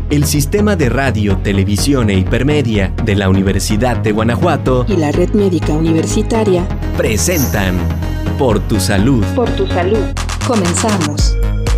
El Sistema de Radio, Televisión e Hipermedia de la Universidad de Guanajuato y la Red Médica Universitaria presentan Por tu Salud. Por tu Salud. Comenzamos.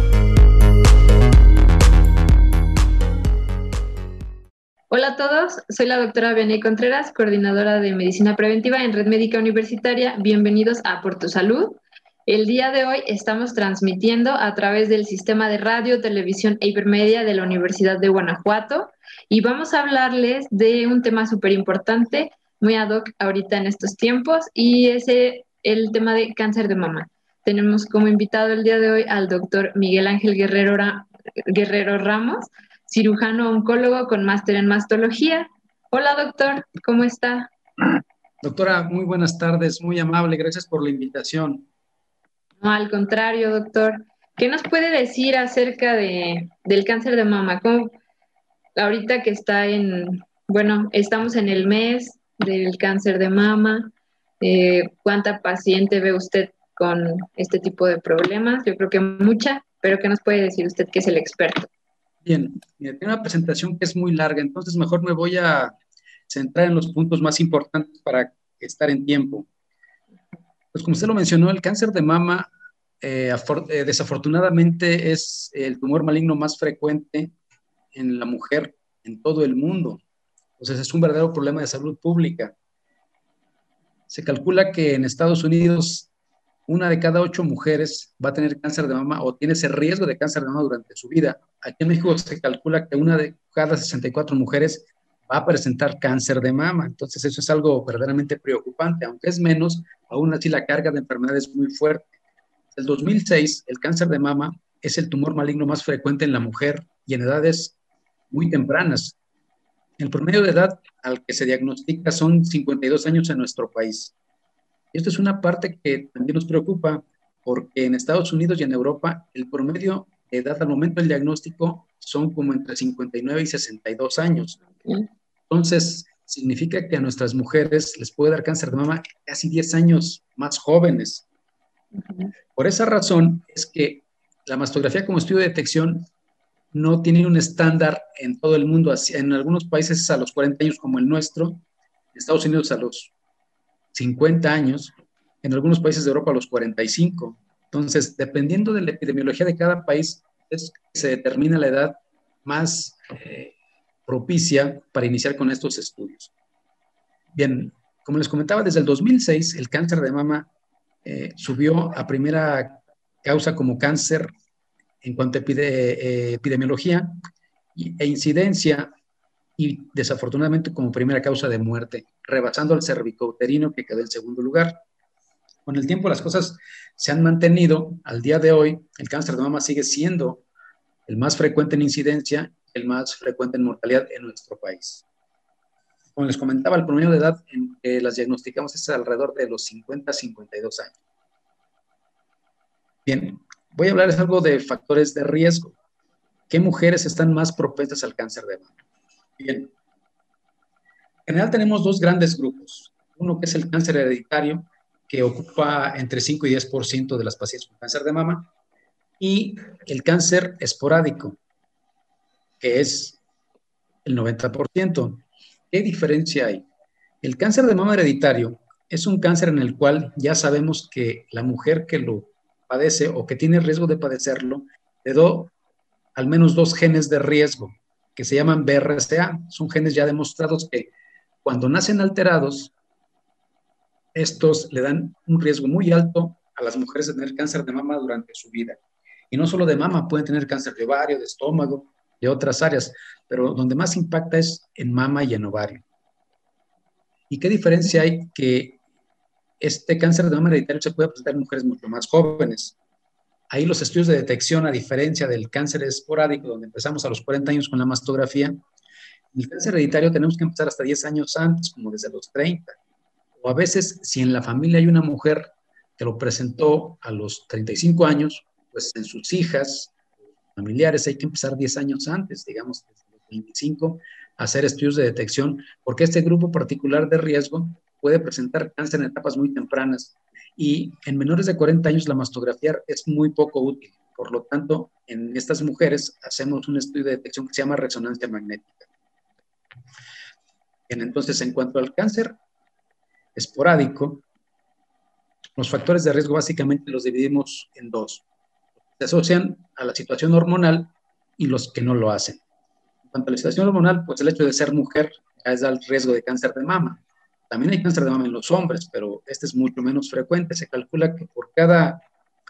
Hola a todos, soy la doctora Vianney Contreras, coordinadora de Medicina Preventiva en Red Médica Universitaria. Bienvenidos a Por tu Salud. El día de hoy estamos transmitiendo a través del Sistema de Radio, Televisión e Hipermedia de la Universidad de Guanajuato y vamos a hablarles de un tema súper importante, muy ad hoc ahorita en estos tiempos, y es el tema de cáncer de mama. Tenemos como invitado el día de hoy al doctor Miguel Ángel Guerrero Ramos, cirujano oncólogo con máster en mastología. Hola, doctor, ¿cómo está? Doctora, muy buenas tardes, muy amable, gracias por la invitación. No, al contrario, doctor. ¿Qué nos puede decir acerca del cáncer de mama? ¿Cómo, ahorita que estamos en el mes del cáncer de mama, ¿cuánta paciente ve usted con este tipo de problemas? Yo creo que mucha, pero ¿qué nos puede decir usted que es el experto? Bien, tiene una presentación que es muy larga, entonces mejor me voy a centrar en los puntos más importantes para estar en tiempo. Pues como usted lo mencionó, el cáncer de mama desafortunadamente es el tumor maligno más frecuente en la mujer en todo el mundo. Entonces es un verdadero problema de salud pública. Se calcula que en Estados Unidos 1 de cada 8 mujeres va a tener cáncer de mama o tiene ese riesgo de cáncer de mama durante su vida. Aquí en México se calcula que 1 de cada 64 mujeres va a presentar cáncer de mama. Entonces eso es algo verdaderamente preocupante. Aunque es menos, aún así la carga de enfermedad es muy fuerte. Desde el 2006, el cáncer de mama es el tumor maligno más frecuente en la mujer y en edades muy tempranas. El promedio de edad al que se diagnostica son 52 años en nuestro país. Esto es una parte que también nos preocupa porque en Estados Unidos y en Europa el promedio de edad al momento del diagnóstico son como entre 59 y 62 años. Entonces, significa que a nuestras mujeres les puede dar cáncer de mama casi 10 años más jóvenes. Por esa razón es que la mastografía como estudio de detección no tiene un estándar en todo el mundo. En algunos países es a los 40 años como el nuestro, en Estados Unidos a los 50 años, en algunos países de Europa a los 45. Entonces, dependiendo de la epidemiología de cada país, se determina la edad más propicia para iniciar con estos estudios. Bien, como les comentaba, desde el 2006 el cáncer de mama subió a primera causa como cáncer en cuanto a epidemiología e incidencia, y desafortunadamente como primera causa de muerte, rebasando al cervicouterino que quedó en segundo lugar. Con el tiempo las cosas se han mantenido. Al día de hoy, el cáncer de mama sigue siendo el más frecuente en incidencia, el más frecuente en mortalidad en nuestro país. Como les comentaba, el promedio de edad en que las diagnosticamos es alrededor de los 50 a 52 años. Bien, voy a hablarles algo de factores de riesgo. ¿Qué mujeres están más propensas al cáncer de mama? Bien, en general tenemos 2 grandes grupos. Uno que es el cáncer hereditario, que ocupa entre 5 y 10% de las pacientes con cáncer de mama, y el cáncer esporádico, que es el 90%. ¿Qué diferencia hay? El cáncer de mama hereditario es un cáncer en el cual ya sabemos que la mujer que lo padece o que tiene riesgo de padecerlo, heredó al menos 2 genes de riesgo, que se llaman BRCA. Son genes ya demostrados que cuando nacen alterados, estos le dan un riesgo muy alto a las mujeres de tener cáncer de mama durante su vida. Y no solo de mama, pueden tener cáncer de ovario, de estómago, de otras áreas, pero donde más impacta es en mama y en ovario. ¿Y qué diferencia hay? Que este cáncer de mama hereditario se puede presentar en mujeres mucho más jóvenes. Ahí los estudios de detección, a diferencia del cáncer esporádico, donde empezamos a los 40 años con la mastografía, el cáncer hereditario tenemos que empezar hasta 10 años antes, como desde los 30. O a veces, si en la familia hay una mujer que lo presentó a los 35 años, pues en sus hijas, familiares, hay que empezar 10 años antes, digamos, desde los 25, a hacer estudios de detección, porque este grupo particular de riesgo puede presentar cáncer en etapas muy tempranas. Y en menores de 40 años la mastografía es muy poco útil. Por lo tanto, en estas mujeres hacemos un estudio de detección que se llama resonancia magnética. Bien, entonces, en cuanto al cáncer esporádico, los factores de riesgo básicamente los dividimos en dos. Se asocian a la situación hormonal y los que no lo hacen. En cuanto a la situación hormonal, pues el hecho de ser mujer ya es el riesgo de cáncer de mama. También hay cáncer de mama en los hombres, pero este es mucho menos frecuente. Se calcula que por cada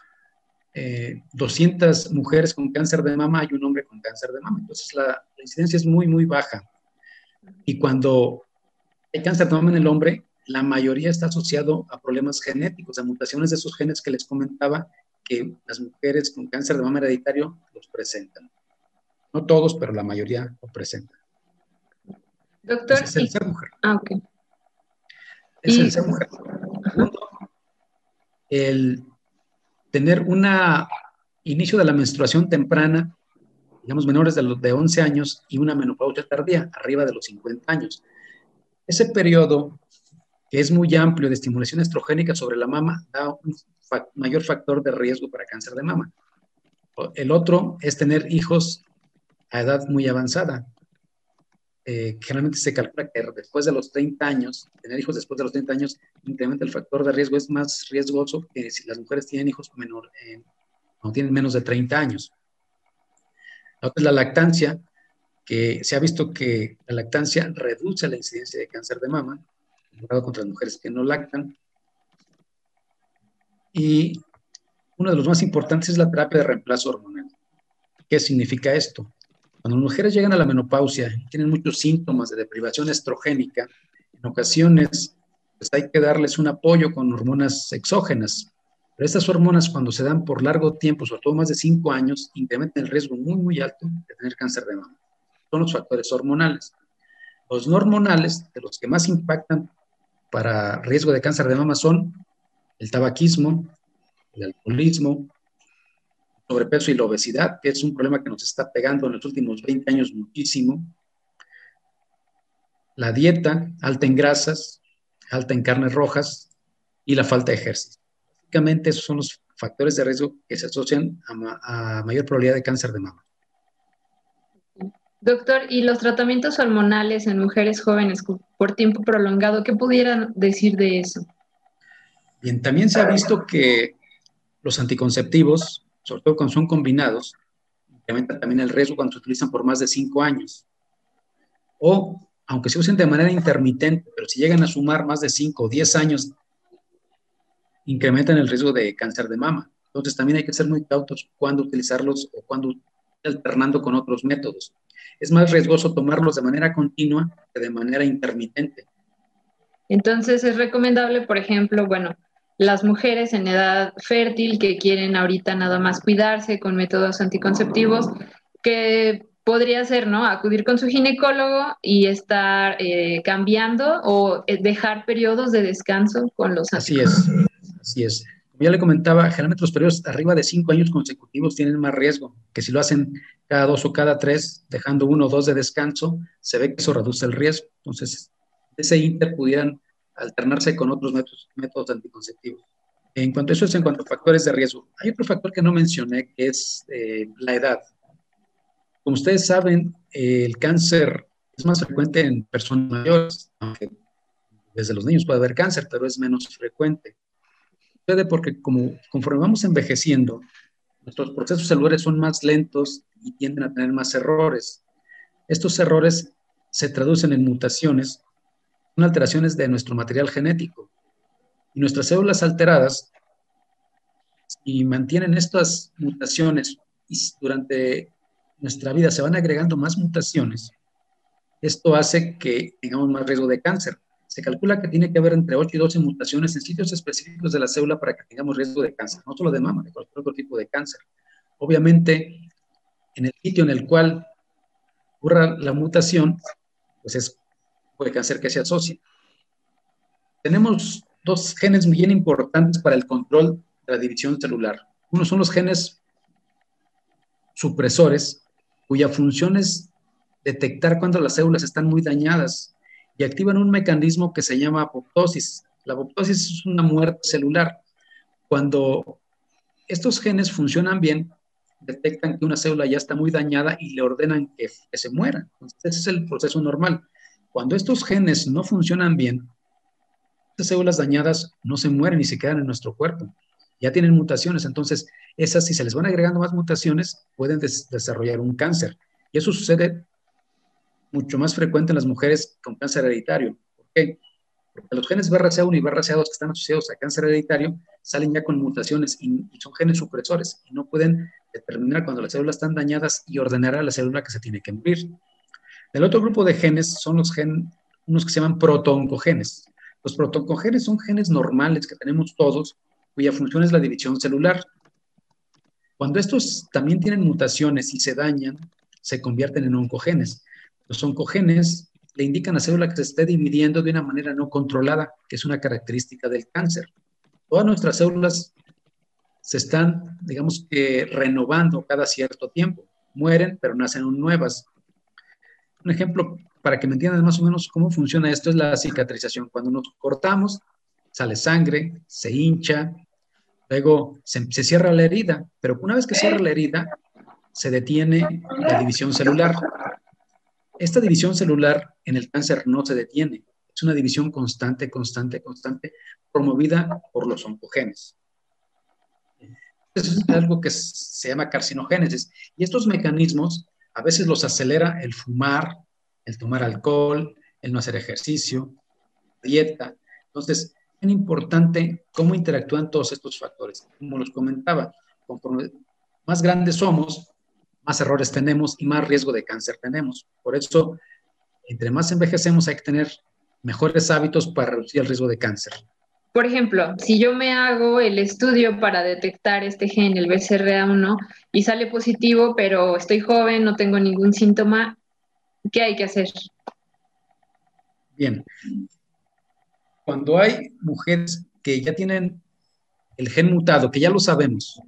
200 mujeres con cáncer de mama hay un hombre con cáncer de mama. Entonces la incidencia es muy, muy baja. Y cuando hay cáncer de mama en el hombre, la mayoría está asociado a problemas genéticos, a mutaciones de esos genes que les comentaba que las mujeres con cáncer de mama hereditario los presentan. No todos, pero la mayoría lo presentan. Doctor, Entonces, el ser mujer. ok. Es el ser mujer. Segundo, el tener un inicio de la menstruación temprana, digamos menores de 11 años, y una menopausia tardía, arriba de los 50 años. Ese periodo, que es muy amplio de estimulación estrogénica sobre la mama, da un mayor factor de riesgo para cáncer de mama. El otro es tener hijos a edad muy avanzada. Generalmente se calcula que después de los 30 años, tener hijos después de los 30 años, incrementa el factor de riesgo, es más riesgoso que si las mujeres tienen hijos no tienen menos de 30 años. La otra es la lactancia, que se ha visto que la lactancia reduce la incidencia de cáncer de mama, comparado contra las mujeres que no lactan. Y uno de los más importantes es la terapia de reemplazo hormonal. ¿Qué significa esto? Cuando las mujeres llegan a la menopausia y tienen muchos síntomas de deprivación estrogénica, en ocasiones pues hay que darles un apoyo con hormonas exógenas. Pero estas hormonas, cuando se dan por largo tiempo, sobre todo más de 5 años, incrementan el riesgo muy, muy alto de tener cáncer de mama. Son los factores hormonales. Los no hormonales, de los que más impactan para riesgo de cáncer de mama, son el tabaquismo, el alcoholismo, sobrepeso y la obesidad, que es un problema que nos está pegando en los últimos 20 años muchísimo. La dieta, alta en grasas, alta en carnes rojas y la falta de ejercicio. Básicamente esos son los factores de riesgo que se asocian a mayor probabilidad de cáncer de mama. Doctor, ¿y los tratamientos hormonales en mujeres jóvenes por tiempo prolongado, qué pudieran decir de eso? Bien, también se ha visto que los anticonceptivos, sobre todo cuando son combinados, incrementan también el riesgo cuando se utilizan por más de 5 años. O, aunque se usen de manera intermitente, pero si llegan a sumar más de 5 o 10 años, incrementan el riesgo de cáncer de mama. Entonces también hay que ser muy cautos cuando utilizarlos o cuando alternando con otros métodos. Es más riesgoso tomarlos de manera continua que de manera intermitente. Entonces es recomendable, por ejemplo, bueno, las mujeres en edad fértil que quieren ahorita nada más cuidarse con métodos anticonceptivos, que podría ser, ¿no? Acudir con su ginecólogo y estar cambiando o dejar periodos de descanso con los anticonceptivos. Así es. Como ya le comentaba, generalmente los periodos arriba de 5 años consecutivos tienen más riesgo, que si lo hacen cada 2 o cada 3, dejando 1 o 2 de descanso, se ve que eso reduce el riesgo. Entonces, ese inter pudieran alternarse con otros métodos anticonceptivos. En cuanto a eso, es en cuanto a factores de riesgo. Hay otro factor que no mencioné, que es la edad. Como ustedes saben, el cáncer es más frecuente en personas mayores, aunque desde los niños puede haber cáncer, pero es menos frecuente. Sucede porque conforme vamos envejeciendo, nuestros procesos celulares son más lentos y tienden a tener más errores. Estos errores se traducen en mutaciones, son alteraciones de nuestro material genético. Y nuestras células alteradas, si mantienen estas mutaciones y durante nuestra vida se van agregando más mutaciones, esto hace que tengamos más riesgo de cáncer. Se calcula que tiene que haber entre 8 y 12 mutaciones en sitios específicos de la célula para que tengamos riesgo de cáncer, no solo de mama, de cualquier otro tipo de cáncer. Obviamente, en el sitio en el cual ocurra la mutación, pues es de cáncer que se asocia. Tenemos 2 genes bien importantes para el control de la división celular. Uno son los genes supresores, cuya función es detectar cuando las células están muy dañadas y activan un mecanismo que se llama apoptosis. La apoptosis es una muerte celular. Cuando estos genes funcionan bien, detectan que una célula ya está muy dañada y le ordenan que se muera. Entonces, ese es el proceso normal. Cuando estos genes no funcionan bien, estas células dañadas no se mueren y se quedan en nuestro cuerpo. Ya tienen mutaciones, entonces esas, si se les van agregando más mutaciones, pueden desarrollar un cáncer. Y eso sucede mucho más frecuente en las mujeres con cáncer hereditario. ¿Por qué? Porque los genes BRCA1 y BRCA2 que están asociados a cáncer hereditario salen ya con mutaciones y son genes supresores y no pueden determinar cuando las células están dañadas y ordenar a la célula que se tiene que morir. El otro grupo de genes son unos que se llaman protooncogenes. Los protooncogenes son genes normales que tenemos todos, cuya función es la división celular. Cuando estos también tienen mutaciones y se dañan, se convierten en oncogenes. Los oncogenes le indican a la célula que se esté dividiendo de una manera no controlada, que es una característica del cáncer. Todas nuestras células se están, digamos que, renovando cada cierto tiempo. Mueren, pero nacen nuevas. Un ejemplo para que me entiendan más o menos cómo funciona esto es la cicatrización. Cuando nos cortamos, sale sangre, se hincha, luego se cierra la herida, pero una vez que cierra la herida, se detiene la división celular. Esta división celular en el cáncer no se detiene. Es una división constante, promovida por los oncogenes. Eso es algo que se llama carcinogénesis. Y estos mecanismos a veces los acelera el fumar, el tomar alcohol, el no hacer ejercicio, dieta. Entonces, es muy importante cómo interactúan todos estos factores. Como los comentaba, conforme más grandes somos, más errores tenemos y más riesgo de cáncer tenemos. Por eso, entre más envejecemos, hay que tener mejores hábitos para reducir el riesgo de cáncer. Por ejemplo, si yo me hago el estudio para detectar este gen, el BCR1, y sale positivo, pero estoy joven, no tengo ningún síntoma, ¿qué hay que hacer? Bien. Cuando hay mujeres que ya tienen el gen mutado, que ya lo sabemos,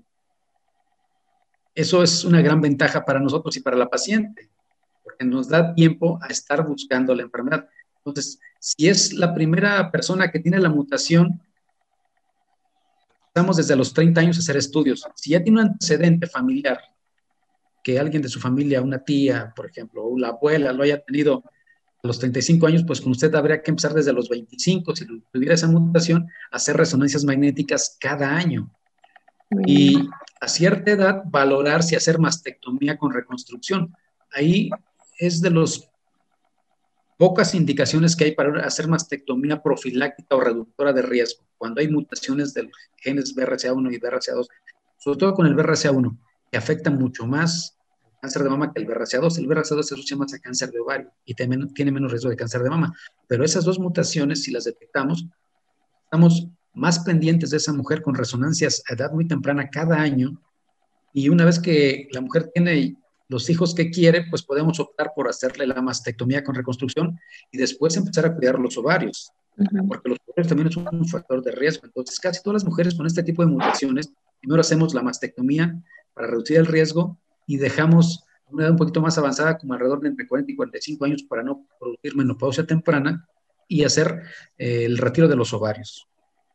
eso es una gran ventaja para nosotros y para la paciente, porque nos da tiempo a estar buscando la enfermedad. Entonces, si es la primera persona que tiene la mutación, estamos desde los 30 años a hacer estudios. Si ya tiene un antecedente familiar, que alguien de su familia, una tía, por ejemplo, o la abuela lo haya tenido a los 35 años, pues con usted habría que empezar desde los 25, si tuviera esa mutación, a hacer resonancias magnéticas cada año. Y a cierta edad, valorar si hacer mastectomía con reconstrucción. Ahí es de las pocas indicaciones que hay para hacer mastectomía profiláctica o reductora de riesgo, cuando hay mutaciones de los genes BRCA1 y BRCA2, sobre todo con el BRCA1, que afecta mucho más el cáncer de mama que el BRCA2. El BRCA2 se asocia más a cáncer de ovario y tiene menos riesgo de cáncer de mama. Pero esas dos mutaciones, si las detectamos, estamos más pendientes de esa mujer con resonancias a edad muy temprana cada año, y una vez que la mujer tiene los hijos que quiere, pues podemos optar por hacerle la mastectomía con reconstrucción y después empezar a cuidar los ovarios, porque los ovarios también es un factor de riesgo. Entonces, casi todas las mujeres con este tipo de mutaciones, primero hacemos la mastectomía para reducir el riesgo y dejamos una edad un poquito más avanzada, como alrededor de entre 40 y 45 años, para no producir menopausia temprana y hacer el retiro de los ovarios,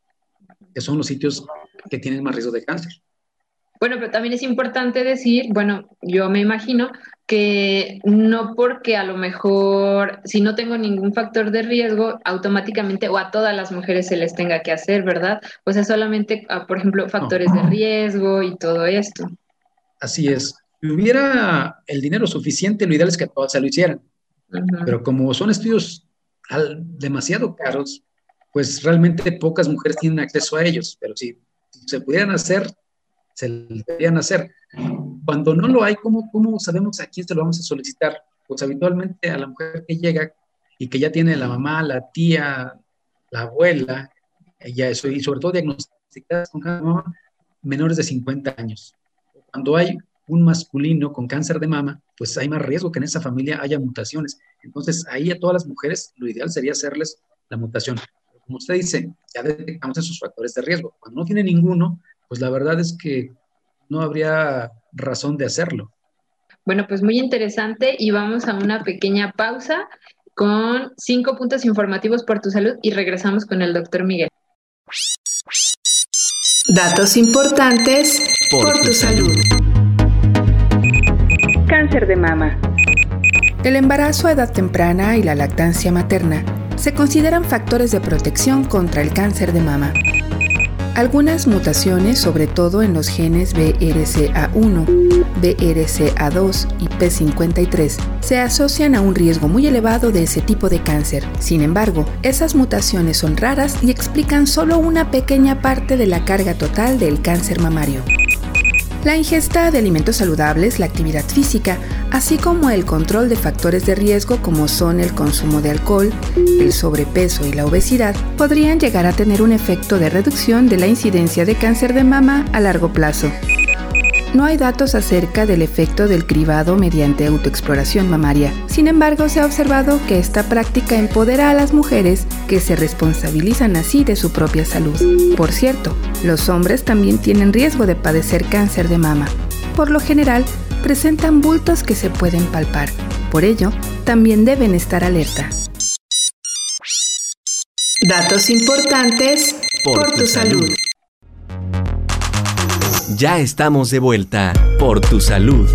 que son los sitios que tienen más riesgo de cáncer. Bueno, pero también es importante decir, bueno, yo me imagino que no porque a lo mejor, si no tengo ningún factor de riesgo, automáticamente o a todas las mujeres se les tenga que hacer, ¿verdad? O sea, solamente, por ejemplo, factores de riesgo y todo esto. Así es. Si hubiera el dinero suficiente, lo ideal es que todas se lo hicieran. Pero como son estudios demasiado caros, pues realmente pocas mujeres tienen acceso a ellos. Pero si se pudieran hacer, se deberían hacer. Cuando no lo hay, ¿cómo sabemos a quién se lo vamos a solicitar? Pues habitualmente a la mujer que llega y que ya tiene la mamá, la tía, la abuela, y sobre todo diagnosticadas con cáncer de mama menores de 50 años. Cuando hay un masculino con cáncer de mama, pues hay más riesgo que en esa familia haya mutaciones. Entonces, ahí a todas las mujeres lo ideal sería hacerles la mutación. Pero como usted dice, ya detectamos esos factores de riesgo. Cuando no tiene ninguno, pues la verdad es que no habría razón de hacerlo. Bueno, pues muy interesante, y vamos a una pequeña pausa con 5 puntos informativos por tu salud y regresamos con el doctor Miguel. Datos importantes por tu salud. cáncer de mama. El embarazo a edad temprana y la lactancia materna se consideran factores de protección contra el cáncer de mama. Algunas mutaciones, sobre todo en los genes BRCA1, BRCA2 y P53, se asocian a un riesgo muy elevado de ese tipo de cáncer. Sin embargo, esas mutaciones son raras y explican solo una pequeña parte de la carga total del cáncer mamario. La ingesta de alimentos saludables, la actividad física, así como el control de factores de riesgo como son el consumo de alcohol, el sobrepeso y la obesidad, podrían llegar a tener un efecto de reducción de la incidencia de cáncer de mama a largo plazo. No hay datos acerca del efecto del cribado mediante autoexploración mamaria. Sin embargo, se ha observado que esta práctica empodera a las mujeres que se responsabilizan así de su propia salud. Por cierto, los hombres también tienen riesgo de padecer cáncer de mama. Por lo general, presentan bultos que se pueden palpar. Por ello, también deben estar alerta. Datos importantes por tu salud. Ya estamos de vuelta por tu salud.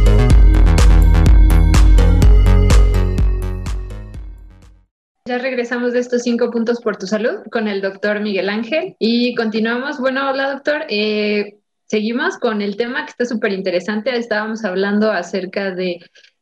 Ya regresamos de estos 5 puntos por tu salud con el doctor Miguel Ángel y continuamos. Bueno, hola doctor, seguimos con el tema que está súper interesante. Estábamos hablando acerca de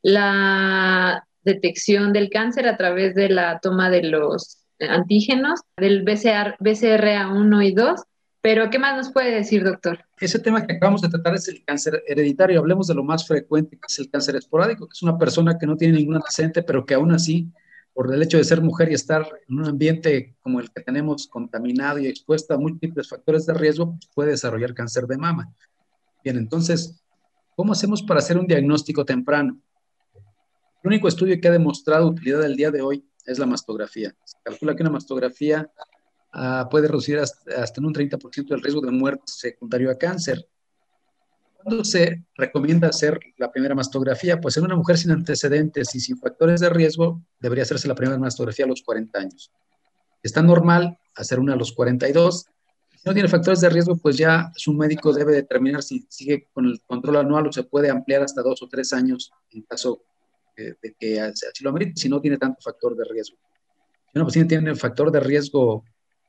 la detección del cáncer a través de la toma de los antígenos, del BCRA1 y 2. Pero, ¿qué más nos puede decir, doctor? Ese tema que acabamos de tratar es el cáncer hereditario. Hablemos de lo más frecuente, que es el cáncer esporádico, que es una persona que no tiene ningún antecedente, pero que aún así, por el hecho de ser mujer y estar en un ambiente como el que tenemos, contaminado y expuesta a múltiples factores de riesgo, puede desarrollar cáncer de mama. Bien, entonces, ¿cómo hacemos para hacer un diagnóstico temprano? El único estudio que ha demostrado utilidad al día de hoy es la mastografía. Se calcula que una mastografía puede reducir hasta en un 30% el riesgo de muerte secundario a cáncer. ¿Cuándo se recomienda hacer la primera mastografía? Pues en una mujer sin antecedentes y sin factores de riesgo, debería hacerse la primera mastografía a los 40 años. Está normal hacer una a los 42. Si no tiene factores de riesgo, pues ya su médico debe determinar si sigue con el control anual o se puede ampliar hasta 2 o 3 años en caso de que así lo amerite, si no tiene tanto factor de riesgo. Si una paciente tiene factor de riesgo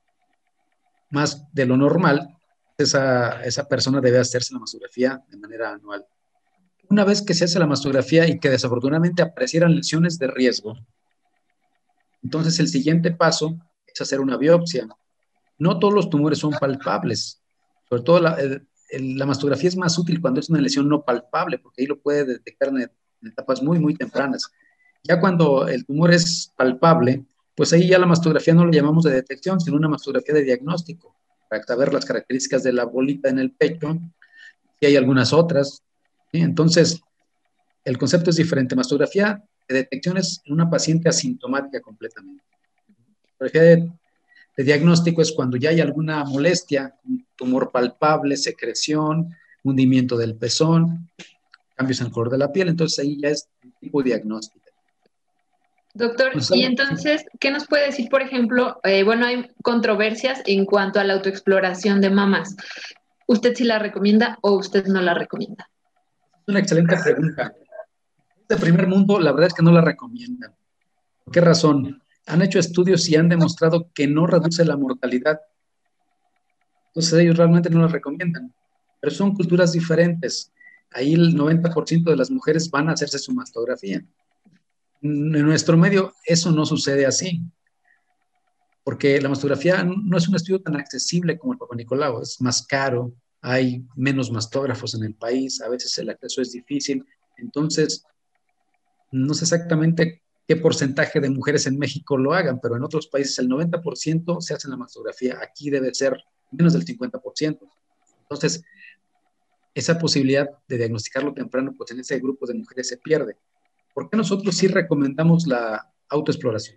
más de lo normal, esa persona debe hacerse la mastografía de manera anual. Una vez que se hace la mastografía y que desafortunadamente aparecieran lesiones de riesgo, entonces el siguiente paso es hacer una biopsia. No todos los tumores son palpables, sobre todo la mastografía es más útil cuando es una lesión no palpable, porque ahí lo puede detectar en etapas muy, muy tempranas. Ya cuando el tumor es palpable, pues ahí ya la mastografía no la llamamos de detección, sino una mastografía de diagnóstico, para saber las características de la bolita en el pecho, y hay algunas otras, ¿sí? Entonces, el concepto es diferente. Mastografía de detección es en una paciente asintomática completamente. Mastografía de diagnóstico es cuando ya hay alguna molestia, un tumor palpable, secreción, hundimiento del pezón, cambios en el color de la piel, entonces ahí ya es tipo diagnóstico. Doctor, y entonces, ¿qué nos puede decir, por ejemplo? Bueno, hay controversias en cuanto a la autoexploración de mamas. ¿Usted sí la recomienda o usted no la recomienda? Es una excelente pregunta. De primer mundo, la verdad es que no la recomiendan. ¿Por qué razón? Han hecho estudios y han demostrado que no reduce la mortalidad. Entonces ellos realmente no la recomiendan. Pero son culturas diferentes. Ahí el 90% de las mujeres van a hacerse su mastografía. En nuestro medio eso no sucede así, porque la mastografía no es un estudio tan accesible como el Papa Nicolau, es más caro, hay menos mastógrafos en el país, a veces el acceso es difícil, entonces no sé exactamente qué porcentaje de mujeres en México lo hagan, pero en otros países el 90% se hace la mastografía, aquí debe ser menos del 50%. Entonces, esa posibilidad de diagnosticarlo temprano, pues en ese grupo de mujeres se pierde. ¿Por qué nosotros sí recomendamos la autoexploración?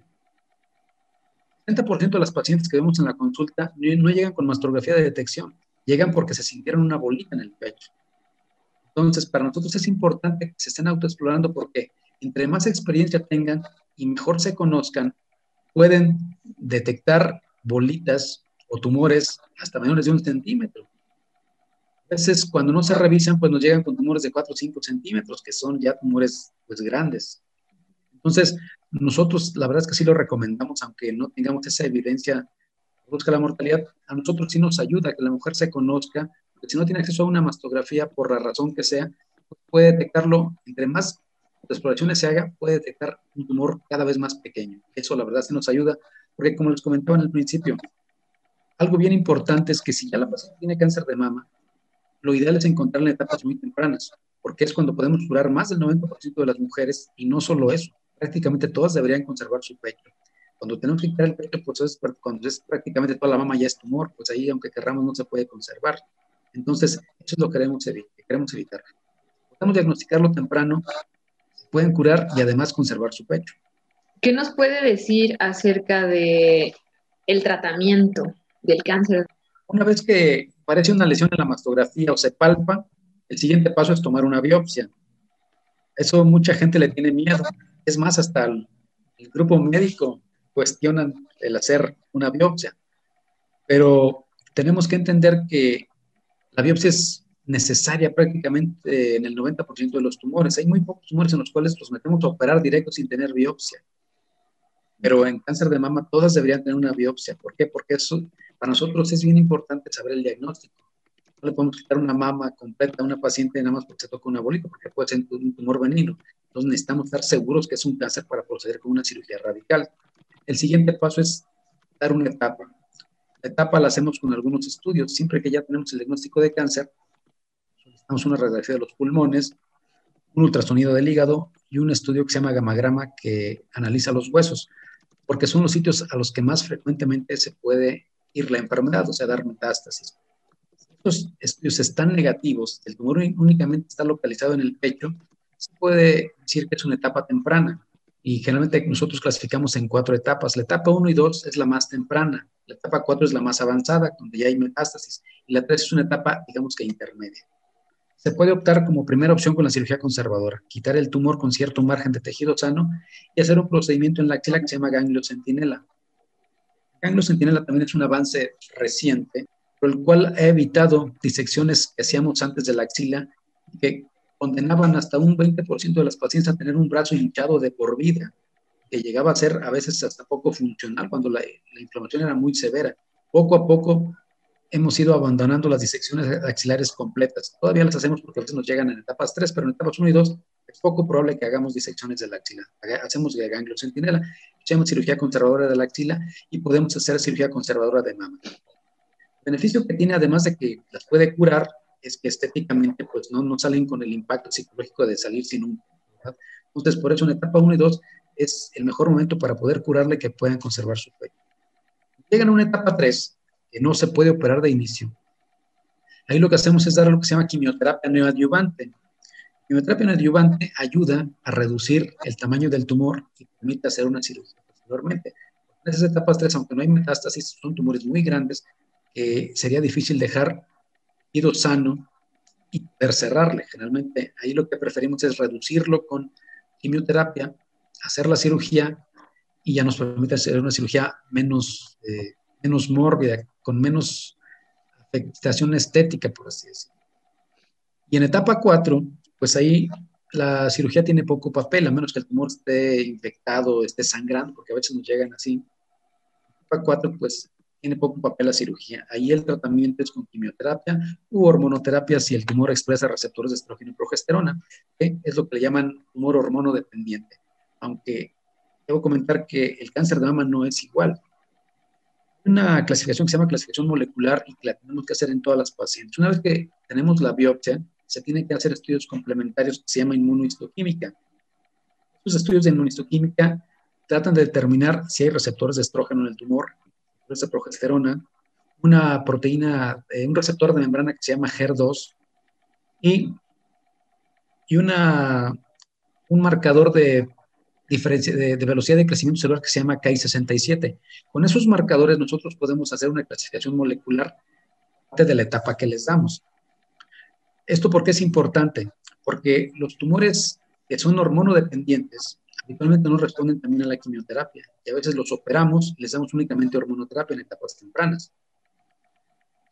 El 30% de las pacientes que vemos en la consulta no llegan con mastografía de detección, llegan porque se sintieron una bolita en el pecho. Entonces, para nosotros es importante que se estén autoexplorando porque entre más experiencia tengan y mejor se conozcan, pueden detectar bolitas o tumores hasta menores de 1 centímetro. A veces cuando no se revisan, pues nos llegan con tumores de 4 o 5 centímetros, que son ya tumores pues grandes. Entonces, nosotros la verdad es que sí lo recomendamos, aunque no tengamos esa evidencia que busca la mortalidad, a nosotros sí nos ayuda que la mujer se conozca, porque si no tiene acceso a una mastografía por la razón que sea, pues puede detectarlo, entre más exploraciones se haga, puede detectar un tumor cada vez más pequeño. Eso la verdad sí nos ayuda, porque como les comentaba en el principio, algo bien importante es que si ya la paciente tiene cáncer de mama, lo ideal es encontrarla en etapas muy tempranas, porque es cuando podemos curar más del 90% de las mujeres, y no solo eso, prácticamente todas deberían conservar su pecho. Cuando tenemos que quitar el pecho, pues cuando es prácticamente toda la mama ya es tumor, pues ahí aunque querramos no se puede conservar. Entonces, eso es lo que queremos evitar. Podemos diagnosticarlo temprano, pueden curar y además conservar su pecho. ¿Qué nos puede decir acerca de el tratamiento del cáncer? Una vez que aparece una lesión en la mastografía o se palpa, el siguiente paso es tomar una biopsia. Eso mucha gente le tiene miedo. Es más, hasta el grupo médico cuestionan el hacer una biopsia. Pero tenemos que entender que la biopsia es necesaria prácticamente en el 90% de los tumores. Hay muy pocos tumores en los cuales los metemos a operar directo sin tener biopsia. Pero en cáncer de mama todas deberían tener una biopsia. ¿Por qué? Porque eso para nosotros es bien importante saber el diagnóstico. No le podemos quitar una mama completa a una paciente nada más porque se toca una bolita, porque puede ser un tumor benigno. Entonces necesitamos estar seguros que es un cáncer para proceder con una cirugía radical. El siguiente paso es dar una etapa. La etapa la hacemos con algunos estudios. Siempre que ya tenemos el diagnóstico de cáncer, solicitamos una radiografía de los pulmones, un ultrasonido del hígado y un estudio que se llama gamagrama que analiza los huesos, porque son los sitios a los que más frecuentemente se puede ir la enfermedad, o sea, dar metástasis. Estos estudios están negativos, el tumor únicamente está localizado en el pecho, se puede decir que es una etapa temprana. Y generalmente nosotros clasificamos en 4 etapas. La etapa 1 y 2 es la más temprana. La etapa 4 es la más avanzada, donde ya hay metástasis. Y la 3 es una etapa, digamos que intermedia. Se puede optar como primera opción con la cirugía conservadora, quitar el tumor con cierto margen de tejido sano y hacer un procedimiento en la axila que se llama ganglio centinela. El ganglio centinela también es un avance reciente, por el cual ha evitado disecciones que hacíamos antes de la axila, que condenaban hasta un 20% de las pacientes a tener un brazo hinchado de por vida, que llegaba a ser a veces hasta poco funcional cuando la inflamación era muy severa. Poco a poco hemos ido abandonando las disecciones axilares completas. Todavía las hacemos porque a veces nos llegan en etapas 3, pero en etapas 1 y 2 es poco probable que hagamos disecciones de la axila. Hacemos de ganglio centinela, hacemos cirugía conservadora de la axila y podemos hacer cirugía conservadora de mama. El beneficio que tiene, además de que las puede curar, es que estéticamente pues no salen con el impacto psicológico de salir sin un, ¿verdad? Entonces, por eso en etapa 1 y 2 es el mejor momento para poder curarle que puedan conservar su pecho. Llegan a una etapa 3, que no se puede operar de inicio. Ahí lo que hacemos es dar lo que se llama quimioterapia neoadyuvante. Quimioterapia neoadyuvante ayuda a reducir el tamaño del tumor y permite hacer una cirugía posteriormente. En esas etapas 3, aunque no hay metástasis, son tumores muy grandes que sería difícil dejar ido sano y poder cerrarle. Generalmente ahí lo que preferimos es reducirlo con quimioterapia, hacer la cirugía y ya nos permite hacer una cirugía menos mórbida, con menos afectación estética, por así decirlo. Y en etapa 4, pues ahí la cirugía tiene poco papel, a menos que el tumor esté infectado, esté sangrando, porque a veces nos llegan así. En etapa 4, pues tiene poco papel la cirugía. Ahí el tratamiento es con quimioterapia u hormonoterapia si el tumor expresa receptores de estrógeno y progesterona, que es lo que le llaman tumor hormonodependiente. Aunque debo comentar que el cáncer de mama no es igual. Una clasificación que se llama clasificación molecular y que la tenemos que hacer en todas las pacientes. Una vez que tenemos la biopsia, se tienen que hacer estudios complementarios que se llama inmunohistoquímica. Estos estudios de inmunohistoquímica tratan de determinar si hay receptores de estrógeno en el tumor, de progesterona, una proteína, un receptor de membrana que se llama HER2 y un marcador de velocidad de crecimiento celular que se llama Ki67. Con esos marcadores nosotros podemos hacer una clasificación molecular de la etapa que les damos. ¿Esto por qué es importante? Porque los tumores que son hormonodependientes habitualmente no responden también a la quimioterapia y a veces los operamos y les damos únicamente hormonoterapia en etapas tempranas.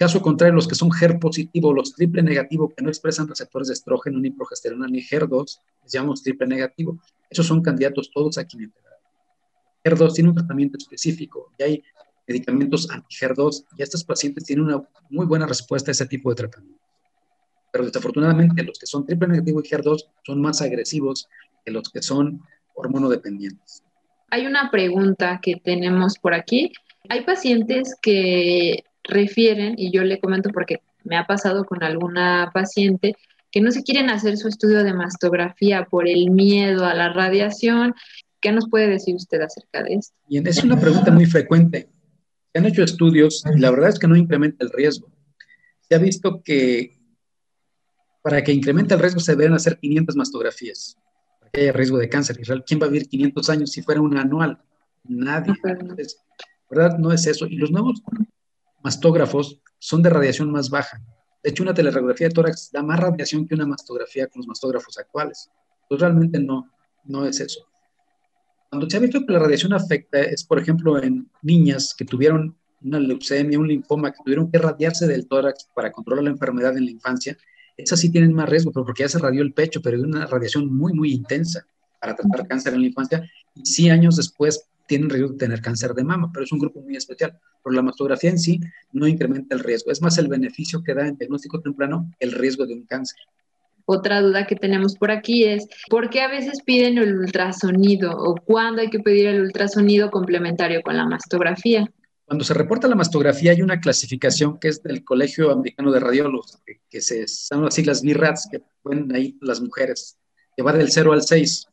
Caso contrario, los que son HER positivo, los triple negativo, que no expresan receptores de estrógeno, ni progesterona, ni HER2, les llamamos triple negativo. Esos son candidatos todos a quimioterapia. HER2 tiene un tratamiento específico y hay medicamentos anti-HER2 y estos pacientes tienen una muy buena respuesta a ese tipo de tratamiento. Pero desafortunadamente los que son triple negativo y HER2 son más agresivos que los que son hormonodependientes. Hay una pregunta que tenemos por aquí. Hay pacientes que refieren, y yo le comento porque me ha pasado con alguna paciente, que no se quieren hacer su estudio de mastografía por el miedo a la radiación. ¿Qué nos puede decir usted acerca de esto? Bien, es una pregunta muy frecuente. Se han hecho estudios y la verdad es que no incrementa el riesgo. Se ha visto que para que incremente el riesgo se deben hacer 500 mastografías, para que haya riesgo de cáncer. ¿Quién va a vivir 500 años si fuera una anual? Nadie. Entonces, ¿verdad? No es eso. Y los nuevos mastógrafos son de radiación más baja. De hecho, una teleradiografía de tórax da más radiación que una mastografía con los mastógrafos actuales. Entonces, realmente no es eso. Cuando se ha visto que la radiación afecta es, por ejemplo, en niñas que tuvieron una leucemia, un linfoma, que tuvieron que radiarse del tórax para controlar la enfermedad en la infancia, esas sí tienen más riesgo, pero porque ya se radió el pecho, pero es una radiación muy, muy intensa para tratar cáncer en la infancia, y sí años después tienen riesgo de tener cáncer de mama, pero es un grupo muy especial. Pero la mastografía en sí no incrementa el riesgo, es más el beneficio que da en diagnóstico temprano el riesgo de un cáncer. Otra duda que tenemos por aquí es, ¿por qué a veces piden el ultrasonido o cuándo hay que pedir el ultrasonido complementario con la mastografía? Cuando se reporta la mastografía hay una clasificación que es del Colegio Americano de Radiólogos, que son las siglas BRADS, que ponen ahí las mujeres, que va del 0 al 6.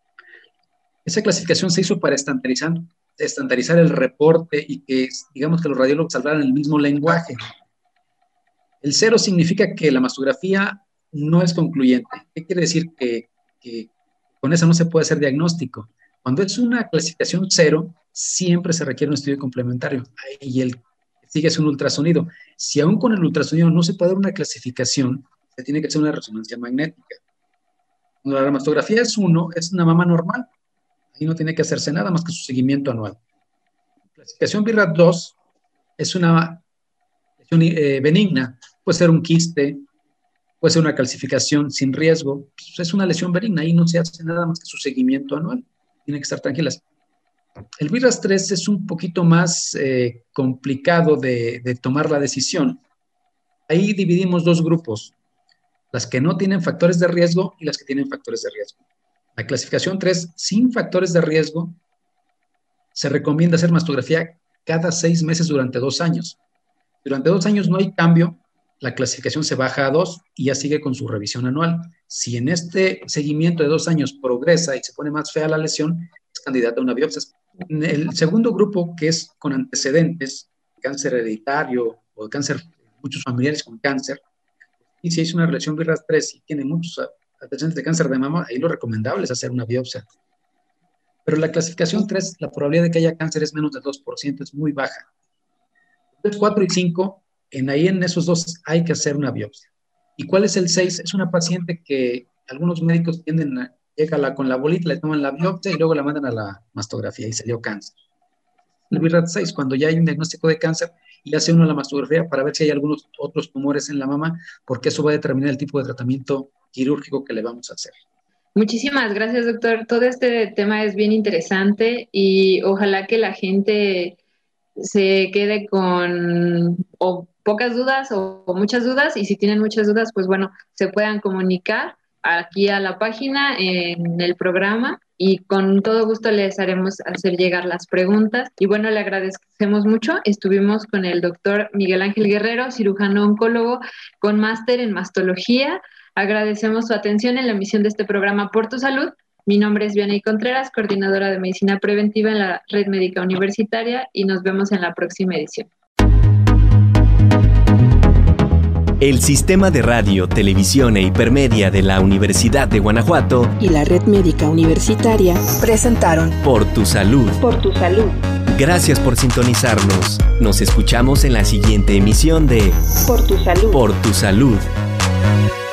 Esa clasificación se hizo para estandarizar el reporte y que, digamos, que los radiólogos hablaran el mismo lenguaje. El 0 significa que la mastografía no es concluyente. ¿Qué quiere decir? Que con eso no se puede hacer diagnóstico. Cuando es una clasificación 0, siempre se requiere un estudio complementario y el que sigue es un ultrasonido. Si aún con el ultrasonido no se puede dar una clasificación, se tiene que hacer una resonancia magnética. Cuando la mastografía es 1, es una mama normal. Ahí no tiene que hacerse nada más que su seguimiento anual. La clasificación BRAD 2 es una lesión benigna. Puede ser un quiste, puede ser una calcificación sin riesgo. Pues es una lesión benigna. Ahí no se hace nada más que su seguimiento anual. Tienen que estar tranquilas. El BRAD 3 es un poquito más complicado de tomar la decisión. Ahí dividimos dos grupos, las que no tienen factores de riesgo y las que tienen factores de riesgo. La clasificación 3, sin factores de riesgo, se recomienda hacer mastografía cada 6 meses durante 2 años. Durante 2 años no hay cambio, la clasificación se baja a 2 y ya sigue con su revisión anual. Si en este seguimiento de 2 años progresa y se pone más fea la lesión, es candidata a una biopsia. En el segundo grupo, que es con antecedentes, cáncer hereditario o cáncer, muchos familiares con cáncer, y si es una relación BRAD 3 y tiene muchos antecedentes de cáncer de mama, ahí lo recomendable es hacer una biopsia. Pero la clasificación 3, la probabilidad de que haya cáncer es menos del 2%, es muy baja. Entonces 4 y 5, en esos dos hay que hacer una biopsia. ¿Y cuál es el 6? Es una paciente que algunos médicos llega con la bolita, le toman la biopsia y luego la mandan a la mastografía y salió cáncer. El BRAD 6, cuando ya hay un diagnóstico de cáncer y hace uno la mastografía para ver si hay algunos otros tumores en la mama, porque eso va a determinar el tipo de tratamiento quirúrgico que le vamos a hacer. Muchísimas gracias, doctor. Todo este tema es bien interesante y ojalá que la gente se quede con o pocas dudas o muchas dudas, y si tienen muchas dudas, pues bueno, se puedan comunicar aquí a la página en el programa y con todo gusto les haremos hacer llegar las preguntas. Y bueno, le agradecemos mucho. Estuvimos con el doctor Miguel Ángel Guerrero, cirujano oncólogo con máster en mastología. Agradecemos su atención en la emisión de este programa Por Tu Salud. Mi nombre es Vianey Contreras, coordinadora de Medicina Preventiva en la Red Médica Universitaria, y nos vemos en la próxima edición. El Sistema de Radio, Televisión e Hipermedia de la Universidad de Guanajuato y la Red Médica Universitaria presentaron Por Tu Salud. Por Tu Salud. Gracias por sintonizarnos. Nos escuchamos en la siguiente emisión de Por Tu Salud. Por Tu Salud.